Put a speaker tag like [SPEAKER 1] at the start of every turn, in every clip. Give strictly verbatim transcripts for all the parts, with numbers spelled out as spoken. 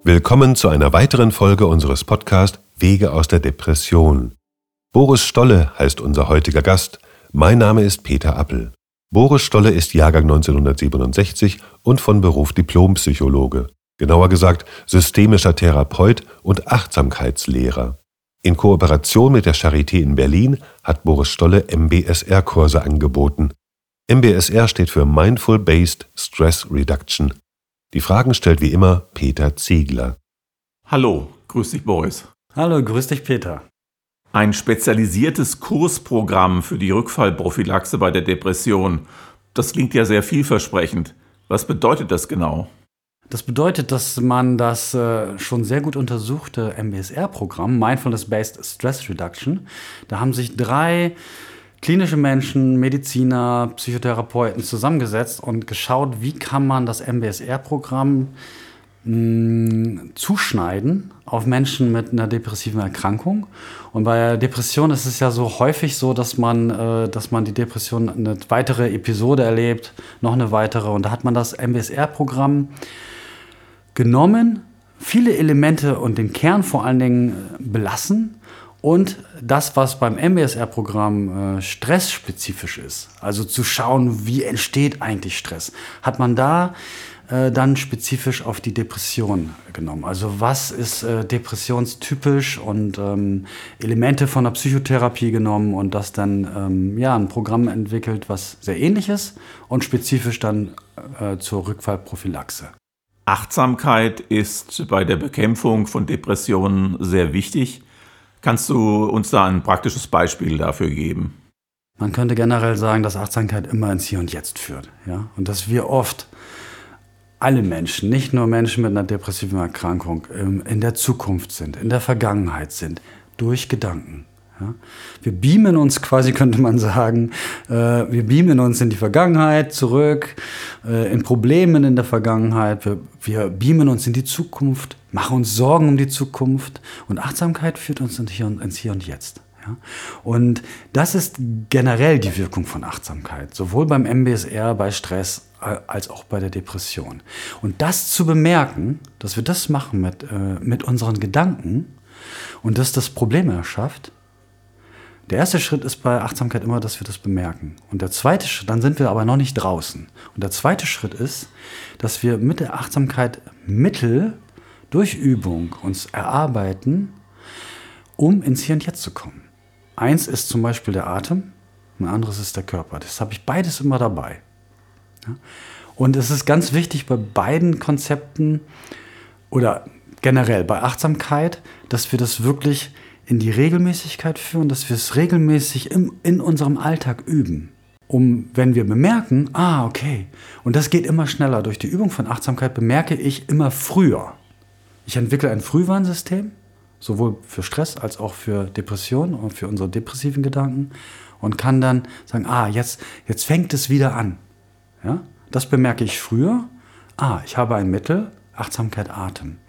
[SPEAKER 1] Willkommen zu einer weiteren Folge unseres Podcasts Wege aus der Depression. Boris Stolle heißt unser heutiger Gast. Mein Name ist Peter Appel. Boris Stolle ist Jahrgang neunzehnhundertsiebenundsechzig und von Beruf Diplompsychologe. Genauer gesagt systemischer Therapeut und Achtsamkeitslehrer. In Kooperation mit der Charité in Berlin hat Boris Stolle M B S R-Kurse angeboten. M B S R steht für Mindful-Based Stress Reduction. Die Fragen stellt wie immer Peter Ziegler.
[SPEAKER 2] Hallo, grüß dich Boris.
[SPEAKER 3] Hallo, grüß dich Peter.
[SPEAKER 2] Ein spezialisiertes Kursprogramm für die Rückfallprophylaxe bei der Depression. Das klingt ja sehr vielversprechend. Was bedeutet das genau?
[SPEAKER 3] Das bedeutet, dass man das äh, schon sehr gut untersuchte M B S R-Programm, Mindfulness-Based Stress Reduction, da haben sich drei klinische Menschen, Mediziner, Psychotherapeuten zusammengesetzt und geschaut, wie kann man das M B S R-Programm mh, zuschneiden auf Menschen mit einer depressiven Erkrankung. Und bei der Depression ist es ja so häufig so, dass man, äh, dass man die Depression eine weitere Episode erlebt, noch eine weitere. Und da hat man das M B S R-Programm genommen, viele Elemente und den Kern vor allen Dingen belassen. Und das, was beim M B S R-Programm äh, stressspezifisch ist, also zu schauen, wie entsteht eigentlich Stress, hat man da äh, dann spezifisch auf die Depression genommen. Also was ist äh, depressionstypisch und ähm, Elemente von der Psychotherapie genommen und das dann ähm, ja, ein Programm entwickelt, was sehr ähnlich ist und spezifisch dann äh, zur Rückfallprophylaxe.
[SPEAKER 2] Achtsamkeit ist bei der Bekämpfung von Depressionen sehr wichtig. Kannst du uns da ein praktisches Beispiel dafür geben?
[SPEAKER 3] Man könnte generell sagen, dass Achtsamkeit immer ins Hier und Jetzt führt. Ja? Und dass wir oft, alle Menschen, nicht nur Menschen mit einer depressiven Erkrankung, in der Zukunft sind, in der Vergangenheit sind, durch Gedanken. Ja? Wir beamen uns quasi, könnte man sagen, äh, wir beamen uns in die Vergangenheit zurück, äh, in Problemen in der Vergangenheit, wir, wir beamen uns in die Zukunft, machen uns Sorgen um die Zukunft und Achtsamkeit führt uns ins Hier und, ins Hier und Jetzt. Ja? Und das ist generell die Wirkung von Achtsamkeit, sowohl beim M B S R, bei Stress, äh, als auch bei der Depression. Und das zu bemerken, dass wir das machen mit, äh, mit unseren Gedanken und dass das Probleme erschafft. Der erste Schritt ist bei Achtsamkeit immer, dass wir das bemerken. Und der zweite Schritt, dann sind wir aber noch nicht draußen. Und der zweite Schritt ist, dass wir mit der Achtsamkeit Mittel durch Übung uns erarbeiten, um ins Hier und Jetzt zu kommen. Eins ist zum Beispiel der Atem, ein anderes ist der Körper. Das habe ich beides immer dabei. Ja? Und es ist ganz wichtig bei beiden Konzepten oder generell bei Achtsamkeit, dass wir das wirklich in die Regelmäßigkeit führen, dass wir es regelmäßig im, in unserem Alltag üben. Um, wenn wir bemerken, ah, okay, und das geht immer schneller. Durch die Übung von Achtsamkeit bemerke ich immer früher. Ich entwickle ein Frühwarnsystem, sowohl für Stress als auch für Depression und für unsere depressiven Gedanken und kann dann sagen, ah, jetzt, jetzt fängt es wieder an. Ja? Das bemerke ich früher. Ah, ich habe ein Mittel, Achtsamkeit, Atem.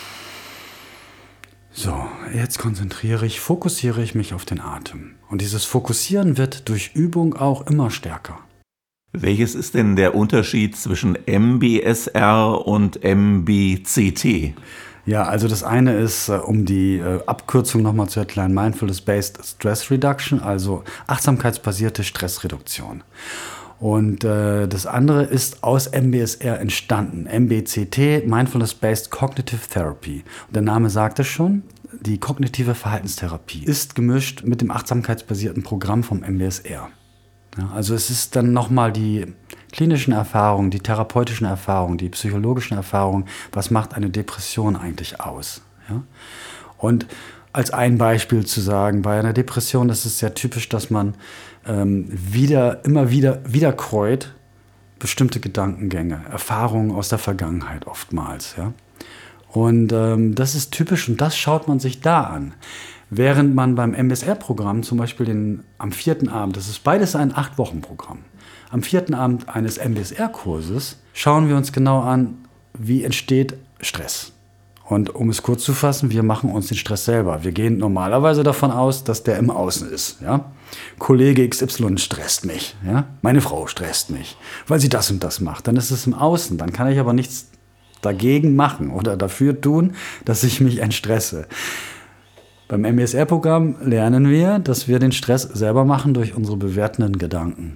[SPEAKER 3] So, jetzt konzentriere ich, fokussiere ich mich auf den Atem. Und dieses Fokussieren wird durch Übung auch immer stärker.
[SPEAKER 2] Welches ist denn der Unterschied zwischen M B S R und M B C T?
[SPEAKER 3] Ja, also das eine ist, äh, um die äh, Abkürzung nochmal zu erklären, Mindfulness-Based Stress Reduction, also achtsamkeitsbasierte Stressreduktion. Und äh, das andere ist aus M B S R entstanden, M B C T, Mindfulness-Based Cognitive Therapy. Und der Name sagt es schon, die kognitive Verhaltenstherapie ist gemischt mit dem achtsamkeitsbasierten Programm vom M B S R. Ja, also es ist dann nochmal die klinischen Erfahrungen, die therapeutischen Erfahrungen, die psychologischen Erfahrungen, was macht eine Depression eigentlich aus? Ja? Und als ein Beispiel zu sagen, bei einer Depression ist es sehr typisch, dass man ähm, wieder, immer wieder wiederkäut bestimmte Gedankengänge, Erfahrungen aus der Vergangenheit oftmals. Ja? Und ähm, das ist typisch und das schaut man sich da an. Während man beim M B S R-Programm zum Beispiel den, am vierten Abend, das ist beides ein acht-Wochen-Programm, am vierten Abend eines M B S R-Kurses schauen wir uns genau an, wie entsteht Stress. Und um es kurz zu fassen, wir machen uns den Stress selber. Wir gehen normalerweise davon aus, dass der im Außen ist. Ja? Kollege X Y stresst mich. Ja? Meine Frau stresst mich, weil sie das und das macht. Dann ist es im Außen. Dann kann ich aber nichts dagegen machen oder dafür tun, dass ich mich entstresse. Beim M B S R-Programm lernen wir, dass wir den Stress selber machen durch unsere bewertenden Gedanken.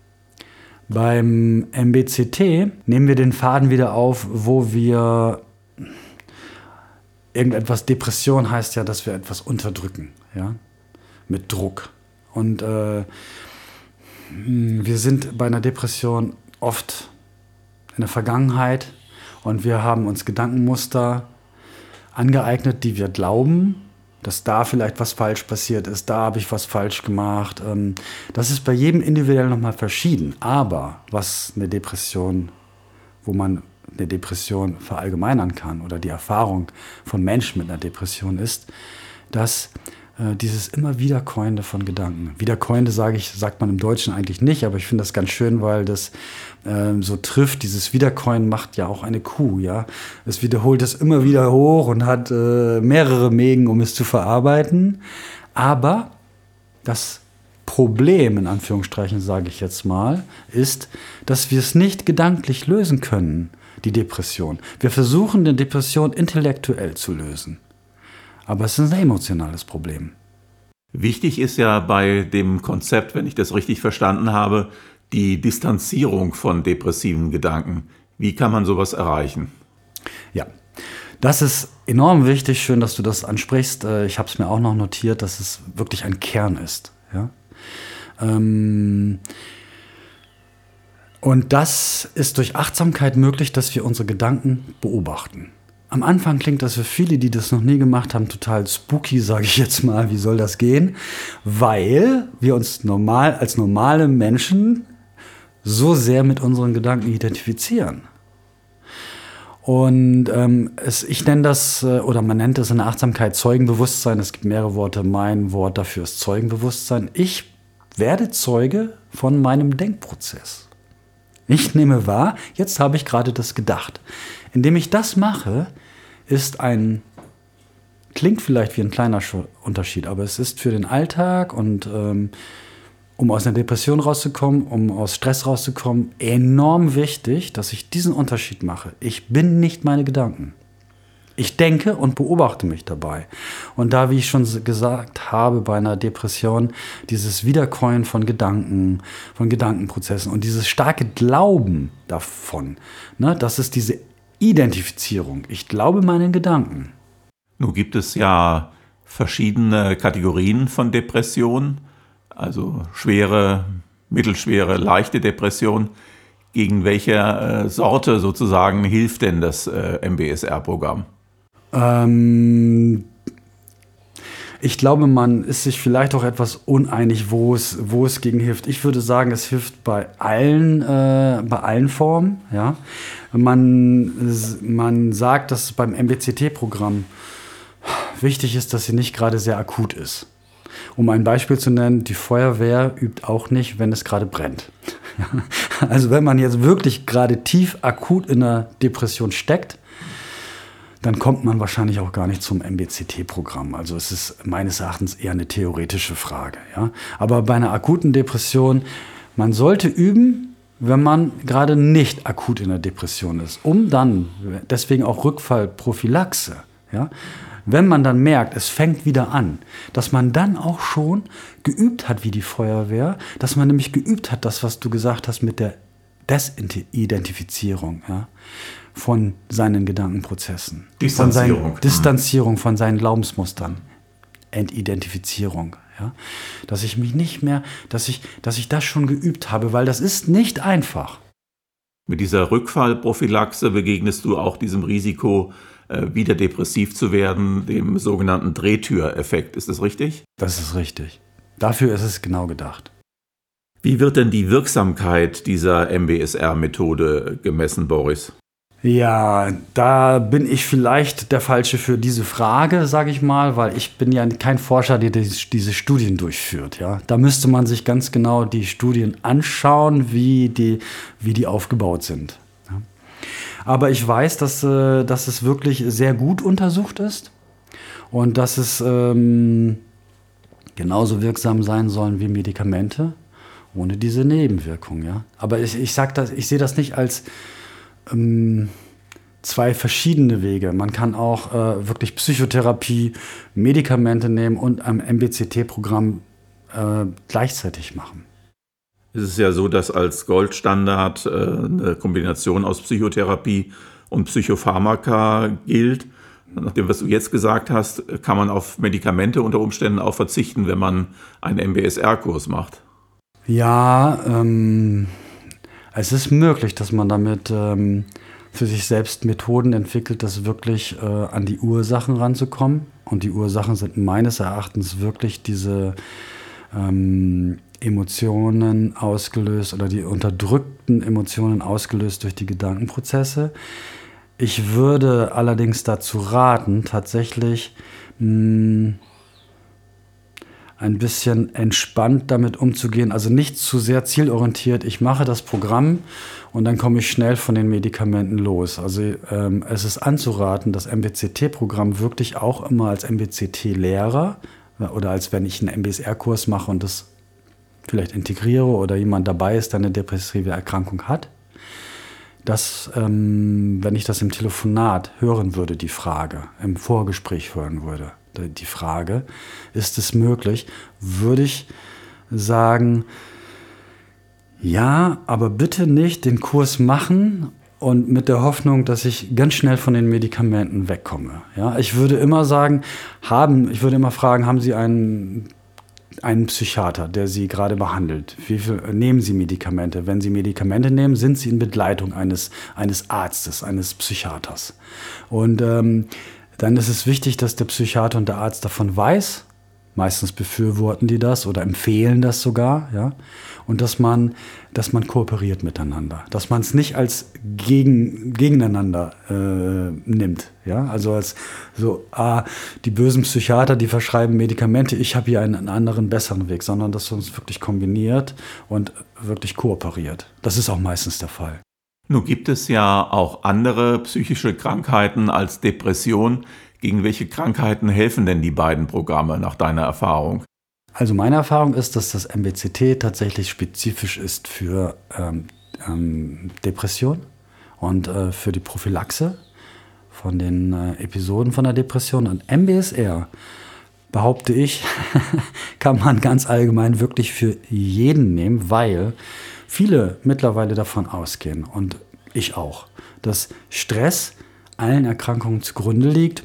[SPEAKER 3] Beim M B C T nehmen wir den Faden wieder auf, wo wir irgendetwas, Depression heißt ja, dass wir etwas unterdrücken, ja, mit Druck. Und äh, wir sind bei einer Depression oft in der Vergangenheit und wir haben uns Gedankenmuster angeeignet, die wir glauben, dass da vielleicht was falsch passiert ist, da habe ich was falsch gemacht. Das ist bei jedem individuell nochmal verschieden. Aber was eine Depression, wo man eine Depression verallgemeinern kann oder die Erfahrung von Menschen mit einer Depression ist, dass äh, dieses immer Wiederkäuende von Gedanken. Wiederkäuende sage ich, sagt man im Deutschen eigentlich nicht, aber ich finde das ganz schön, weil das äh, so trifft. Dieses Wiederkäuen macht ja auch eine Kuh, ja. Es wiederholt es immer wieder hoch und hat äh, mehrere Mägen, um es zu verarbeiten. Aber das Problem, in Anführungsstrichen sage ich jetzt mal, ist, dass wir es nicht gedanklich lösen können, die Depression. Wir versuchen, die Depression intellektuell zu lösen. Aber es ist ein emotionales Problem.
[SPEAKER 2] Wichtig ist ja bei dem Konzept, wenn ich das richtig verstanden habe, die Distanzierung von depressiven Gedanken. Wie kann man sowas erreichen?
[SPEAKER 3] Ja, das ist enorm wichtig. Schön, dass du das ansprichst. Ich habe es mir auch noch notiert, dass es wirklich ein Kern ist. Ja? Ähm Und das ist durch Achtsamkeit möglich, dass wir unsere Gedanken beobachten. Am Anfang klingt das für viele, die das noch nie gemacht haben, total spooky, sage ich jetzt mal. Wie soll das gehen? Weil wir uns normal als normale Menschen so sehr mit unseren Gedanken identifizieren. Und ähm, es, ich nenne das, äh, oder man nennt es in der Achtsamkeit Zeugenbewusstsein. Es gibt mehrere Worte. Mein Wort dafür ist Zeugenbewusstsein. Ich werde Zeuge von meinem Denkprozess. Ich nehme wahr, jetzt habe ich gerade das gedacht. Indem ich das mache, ist ein, klingt vielleicht wie ein kleiner Unterschied, aber es ist für den Alltag und ähm, um aus einer Depression rauszukommen, um aus Stress rauszukommen, enorm wichtig, dass ich diesen Unterschied mache. Ich bin nicht meine Gedanken. Ich denke und beobachte mich dabei. Und da, wie ich schon gesagt habe, bei einer Depression, dieses Wiederkäuen von Gedanken, von Gedankenprozessen und dieses starke Glauben davon, ne, das ist diese Identifizierung. Ich glaube meinen Gedanken.
[SPEAKER 2] Nun gibt es ja verschiedene Kategorien von Depressionen, also schwere, mittelschwere, leichte Depression. Gegen welche äh, Sorte sozusagen hilft denn das äh, M B S R-Programm?
[SPEAKER 3] Ähm, ich glaube, man ist sich vielleicht auch etwas uneinig, wo es, wo es gegen hilft. Ich würde sagen, es hilft bei allen, äh, bei allen Formen. Ja? Man, man sagt, dass beim M B C T-Programm wichtig ist, dass sie nicht gerade sehr akut ist. Um ein Beispiel zu nennen, die Feuerwehr übt auch nicht, wenn es gerade brennt. Also wenn man jetzt wirklich gerade tief akut in einer Depression steckt, dann kommt man wahrscheinlich auch gar nicht zum M B C T-Programm. Also es ist meines Erachtens eher eine theoretische Frage. Ja? Aber bei einer akuten Depression, man sollte üben, wenn man gerade nicht akut in der Depression ist, um dann, deswegen auch Rückfallprophylaxe, ja? Wenn man dann merkt, es fängt wieder an, dass man dann auch schon geübt hat wie die Feuerwehr, dass man nämlich geübt hat, das, was du gesagt hast mit der Desidentifizierung, ja, von seinen Gedankenprozessen.
[SPEAKER 2] Distanzierung.
[SPEAKER 3] Von seinen, Distanzierung von seinen Glaubensmustern. Entidentifizierung. Ja. Dass ich mich nicht mehr, dass ich, dass ich das schon geübt habe, weil das ist nicht einfach.
[SPEAKER 2] Mit dieser Rückfallprophylaxe begegnest du auch diesem Risiko, wieder depressiv zu werden, dem sogenannten Drehtüreffekt. Ist das richtig?
[SPEAKER 3] Das ist richtig. Dafür ist es genau gedacht.
[SPEAKER 2] Wie wird denn die Wirksamkeit dieser M B S R-Methode gemessen, Boris?
[SPEAKER 3] Ja, da bin ich vielleicht der Falsche für diese Frage, sage ich mal, weil ich bin ja kein Forscher, der diese Studien durchführt. Ja? Da müsste man sich ganz genau die Studien anschauen, wie die, wie die aufgebaut sind. Ja? Aber ich weiß, dass, äh, dass es wirklich sehr gut untersucht ist und dass es ähm, genauso wirksam sein sollen wie Medikamente, ohne diese Nebenwirkung. Ja? Aber ich, ich, sag das, ich sehe das nicht als, ähm, zwei verschiedene Wege. Man kann auch äh, wirklich Psychotherapie, Medikamente nehmen und ein M B C T-Programm äh, gleichzeitig machen.
[SPEAKER 2] Es ist ja so, dass als Goldstandard äh, eine Kombination aus Psychotherapie und Psychopharmaka gilt. Nach dem, was du jetzt gesagt hast, kann man auf Medikamente unter Umständen auch verzichten, wenn man einen M B S R-Kurs macht.
[SPEAKER 3] Ja, ähm, es ist möglich, dass man damit ähm, für sich selbst Methoden entwickelt, das wirklich äh, an die Ursachen ranzukommen. Und die Ursachen sind meines Erachtens wirklich diese ähm, Emotionen ausgelöst oder die unterdrückten Emotionen ausgelöst durch die Gedankenprozesse. Ich würde allerdings dazu raten, tatsächlich mh, ein bisschen entspannt damit umzugehen, also nicht zu sehr zielorientiert. Ich mache das Programm und dann komme ich schnell von den Medikamenten los. Also ähm, es ist anzuraten, das M B C T-Programm wirklich auch immer als M B C T-Lehrer oder als wenn ich einen M B S R-Kurs mache und das vielleicht integriere oder jemand dabei ist, der eine depressive Erkrankung hat, dass, ähm, wenn ich das im Telefonat hören würde, die Frage, im Vorgespräch hören würde, die Frage, ist es möglich, würde ich sagen, ja, aber bitte nicht den Kurs machen und mit der Hoffnung, dass ich ganz schnell von den Medikamenten wegkomme. Ja, ich würde immer sagen, haben, ich würde immer fragen, haben Sie einen einen Psychiater, der Sie gerade behandelt? Wie viel nehmen Sie Medikamente? Wenn Sie Medikamente nehmen, sind Sie in Begleitung eines, eines Arztes, eines Psychiaters. Und ähm, dann ist es wichtig, dass der Psychiater und der Arzt davon weiß. Meistens befürworten die das oder empfehlen das sogar, ja. Und dass man, dass man kooperiert miteinander, dass man es nicht als gegen, gegeneinander äh, nimmt, ja. Also als so, ah, die bösen Psychiater, die verschreiben Medikamente, ich habe hier einen, einen anderen, besseren Weg, sondern dass man es wirklich kombiniert und wirklich kooperiert. Das ist auch meistens der Fall.
[SPEAKER 2] Nun gibt es ja auch andere psychische Krankheiten als Depression. Gegen welche Krankheiten helfen denn die beiden Programme nach deiner Erfahrung?
[SPEAKER 3] Also meine Erfahrung ist, dass das M B C T tatsächlich spezifisch ist für ähm, ähm, Depression und äh, für die Prophylaxe von den äh, Episoden von der Depression. Und M B S R, behaupte ich, kann man ganz allgemein wirklich für jeden nehmen, weil viele mittlerweile davon ausgehen, und ich auch, dass Stress allen Erkrankungen zugrunde liegt.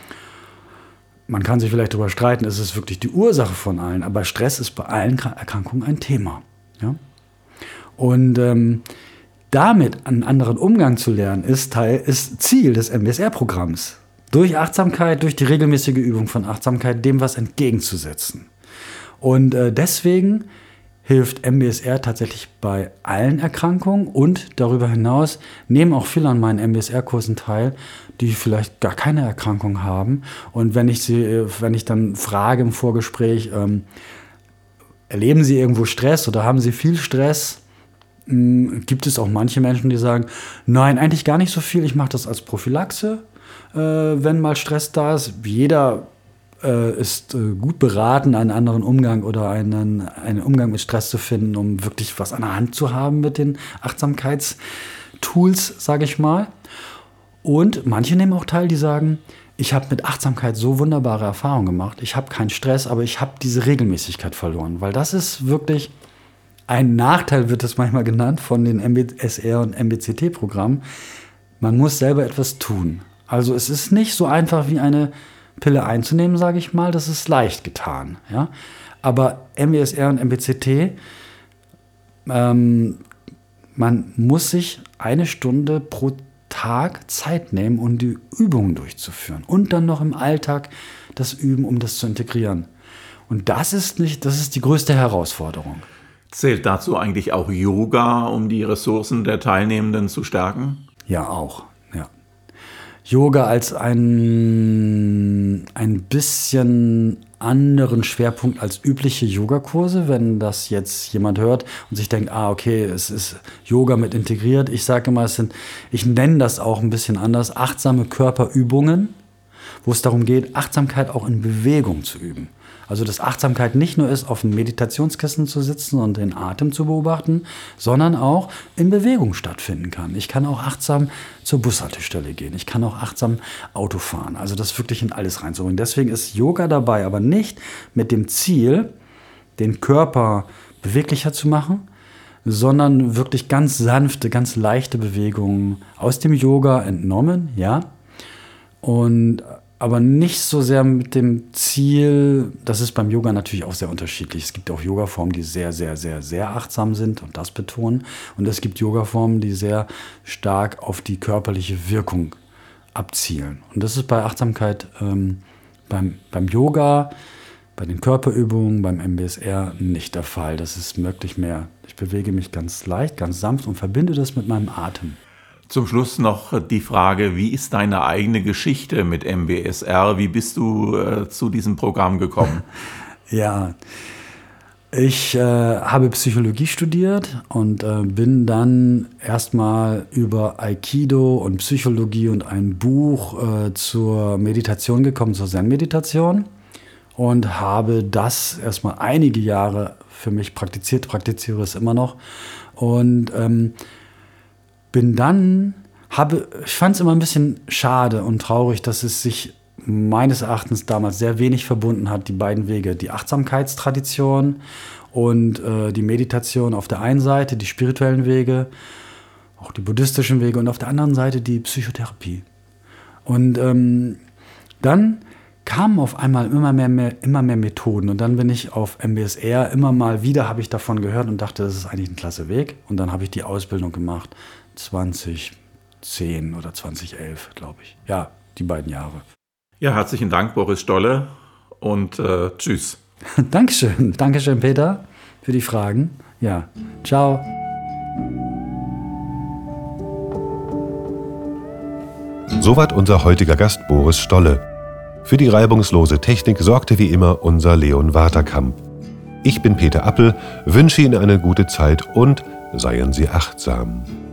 [SPEAKER 3] Man kann sich vielleicht darüber streiten, ist es wirklich die Ursache von allen, aber Stress ist bei allen Erkrankungen ein Thema. Ja? Und ähm, damit einen anderen Umgang zu lernen, ist, Teil, ist Ziel des M B S R-Programms. Durch Achtsamkeit, durch die regelmäßige Übung von Achtsamkeit, dem was entgegenzusetzen. Und äh, deswegen hilft M B S R tatsächlich bei allen Erkrankungen und darüber hinaus nehmen auch viele an meinen M B S R-Kursen teil, die vielleicht gar keine Erkrankung haben. Und wenn ich sie, wenn ich dann frage im Vorgespräch, ähm, erleben Sie irgendwo Stress oder haben Sie viel Stress? Ähm, gibt es auch manche Menschen, die sagen, nein, eigentlich gar nicht so viel, ich mache das als Prophylaxe, äh, wenn mal Stress da ist. Jeder äh, ist äh, gut beraten, einen anderen Umgang oder einen, einen Umgang mit Stress zu finden, um wirklich was an der Hand zu haben mit den Achtsamkeitstools, sage ich mal. Und manche nehmen auch teil, die sagen, ich habe mit Achtsamkeit so wunderbare Erfahrungen gemacht, ich habe keinen Stress, aber ich habe diese Regelmäßigkeit verloren. Weil das ist wirklich ein Nachteil, wird es manchmal genannt, von den M B S R- und M B C T-Programmen. Man muss selber etwas tun. Also es ist nicht so einfach wie eine Pille einzunehmen, sage ich mal, das ist leicht getan. Ja? Aber M B S R und M B C T, ähm, man muss sich eine Stunde pro Tag Zeit nehmen, um die Übungen durchzuführen und dann noch im Alltag das üben, um das zu integrieren. Und das ist nicht, das ist die größte Herausforderung.
[SPEAKER 2] Zählt dazu eigentlich auch Yoga, um die Ressourcen der Teilnehmenden zu stärken?
[SPEAKER 3] Ja, auch. Ja. Yoga als ein, ein bisschen anderen Schwerpunkt als übliche Yogakurse, wenn das jetzt jemand hört und sich denkt, ah, okay, es ist Yoga mit integriert. Ich sage immer, es sind, ich nenne das auch ein bisschen anders, achtsame Körperübungen, wo es darum geht, Achtsamkeit auch in Bewegung zu üben. Also dass Achtsamkeit nicht nur ist, auf dem Meditationskissen zu sitzen und den Atem zu beobachten, sondern auch in Bewegung stattfinden kann. Ich kann auch achtsam zur Bushaltestelle gehen. Ich kann auch achtsam Auto fahren. Also das wirklich in alles reinzubringen. Deswegen ist Yoga dabei, aber nicht mit dem Ziel, den Körper beweglicher zu machen, sondern wirklich ganz sanfte, ganz leichte Bewegungen aus dem Yoga entnommen, ja. Und aber nicht so sehr mit dem Ziel, das ist beim Yoga natürlich auch sehr unterschiedlich. Es gibt auch Yogaformen, die sehr, sehr, sehr, sehr achtsam sind und das betonen. Und es gibt Yogaformen, die sehr stark auf die körperliche Wirkung abzielen. Und das ist bei Achtsamkeit ähm, beim, beim Yoga, bei den Körperübungen, beim M B S R nicht der Fall. Das ist wirklich mehr, ich bewege mich ganz leicht, ganz sanft und verbinde das mit meinem Atem.
[SPEAKER 2] Zum Schluss noch die Frage, wie ist deine eigene Geschichte mit M B S R? Wie bist du äh, zu diesem Programm gekommen?
[SPEAKER 3] Ja, ich äh, habe Psychologie studiert und äh, bin dann erstmal über Aikido und Psychologie und ein Buch äh, zur Meditation gekommen, zur Zen-Meditation. Und habe das erstmal einige Jahre für mich praktiziert, praktiziere es immer noch. Und ähm, bin dann, habe, ich fand es immer ein bisschen schade und traurig, dass es sich meines Erachtens damals sehr wenig verbunden hat, die beiden Wege, die Achtsamkeitstradition und äh, die Meditation auf der einen Seite, die spirituellen Wege, auch die buddhistischen Wege und auf der anderen Seite die Psychotherapie. Und ähm, dann kamen auf einmal immer mehr, mehr, immer mehr Methoden und dann bin ich auf M B S R, immer mal wieder habe ich davon gehört und dachte, das ist eigentlich ein klasse Weg und dann habe ich die Ausbildung gemacht, zwanzig zehn oder zwanzig elf, glaube ich. Ja, die beiden Jahre.
[SPEAKER 2] Ja, herzlichen Dank, Boris Stolle und äh, tschüss.
[SPEAKER 3] Dankeschön, Dankeschön, Peter, für die Fragen. Ja, ciao.
[SPEAKER 1] Soweit unser heutiger Gast Boris Stolle. Für die reibungslose Technik sorgte wie immer unser Leon Waterkamp. Ich bin Peter Appel, wünsche Ihnen eine gute Zeit und seien Sie achtsam.